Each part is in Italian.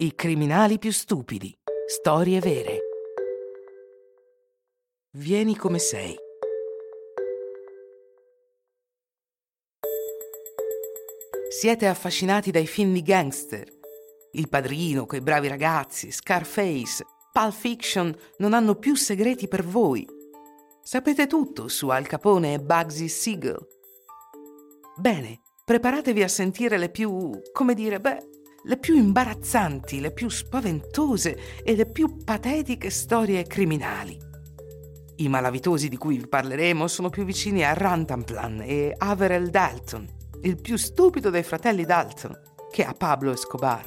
I criminali più stupidi. Storie vere. Vieni come sei. Siete affascinati dai film di gangster? Il Padrino, quei bravi ragazzi, Scarface, Pulp Fiction non hanno più segreti per voi. Sapete tutto su Al Capone e Bugsy Siegel. Bene, preparatevi a sentire le più imbarazzanti, le più spaventose e le più patetiche storie criminali. I malavitosi di cui vi parleremo sono più vicini a Rantanplan e Averell Dalton, il più stupido dei fratelli Dalton, che a Pablo Escobar.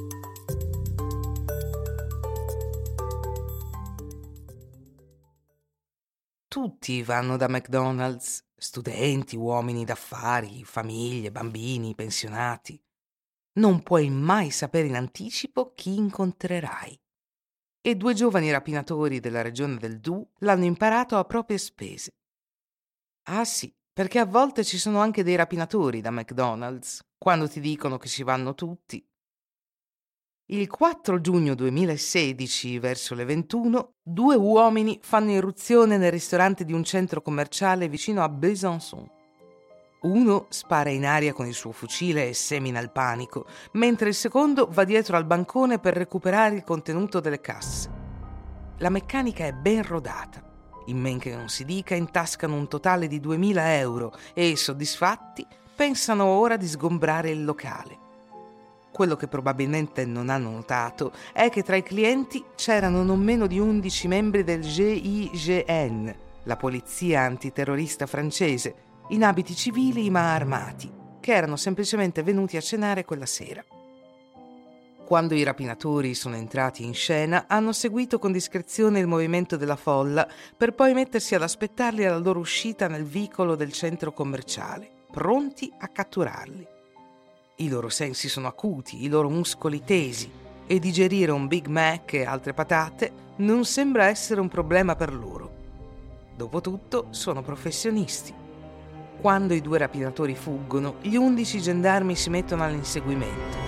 Tutti vanno da McDonald's, studenti, uomini d'affari, famiglie, bambini, pensionati. Non puoi mai sapere in anticipo chi incontrerai. E 2 giovani rapinatori della regione del Du l'hanno imparato a proprie spese. Ah sì, perché a volte ci sono anche dei rapinatori da McDonald's, quando ti dicono che ci vanno tutti. Il 4 giugno 2016, verso le 21, 2 uomini fanno irruzione nel ristorante di un centro commerciale vicino a Besançon. Uno spara in aria con il suo fucile e semina il panico, mentre il secondo va dietro al bancone per recuperare il contenuto delle casse. La meccanica è ben rodata. In men che non si dica, intascano un totale di 2.000 euro e, soddisfatti, pensano ora di sgombrare il locale. Quello che probabilmente non hanno notato è che tra i clienti c'erano non meno di 11 membri del GIGN, la polizia antiterrorista francese, in abiti civili ma armati, che erano semplicemente venuti a cenare quella sera. Quando i rapinatori sono entrati in scena, hanno seguito con discrezione il movimento della folla per poi mettersi ad aspettarli alla loro uscita nel vicolo del centro commerciale, pronti a catturarli. I loro sensi sono acuti, i loro muscoli tesi, e digerire un Big Mac e altre patate non sembra essere un problema per loro. Dopotutto, sono professionisti. Quando i 2 rapinatori fuggono, gli 11 gendarmi si mettono all'inseguimento.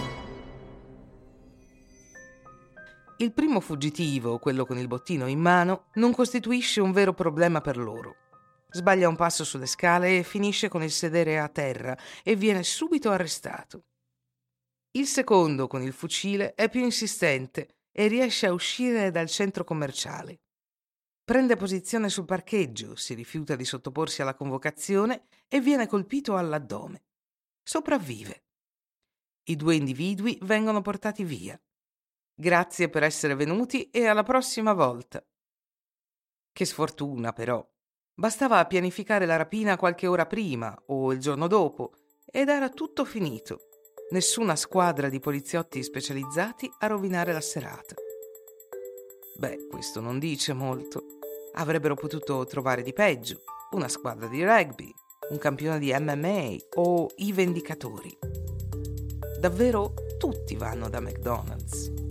Il primo fuggitivo, quello con il bottino in mano, non costituisce un vero problema per loro. Sbaglia un passo sulle scale e finisce con il sedere a terra e viene subito arrestato. Il secondo, con il fucile, è più insistente e riesce a uscire dal centro commerciale. Prende posizione sul parcheggio, si rifiuta di sottoporsi alla convocazione e viene colpito all'addome. Sopravvive. I 2 individui vengono portati via. Grazie per essere venuti e alla prossima volta. Che sfortuna, però. Bastava pianificare la rapina qualche ora prima o il giorno dopo ed era tutto finito. Nessuna squadra di poliziotti specializzati a rovinare la serata. Beh, questo non dice molto. Avrebbero potuto trovare di peggio, una squadra di rugby, un campione di MMA o i Vendicatori. Davvero tutti vanno da McDonald's.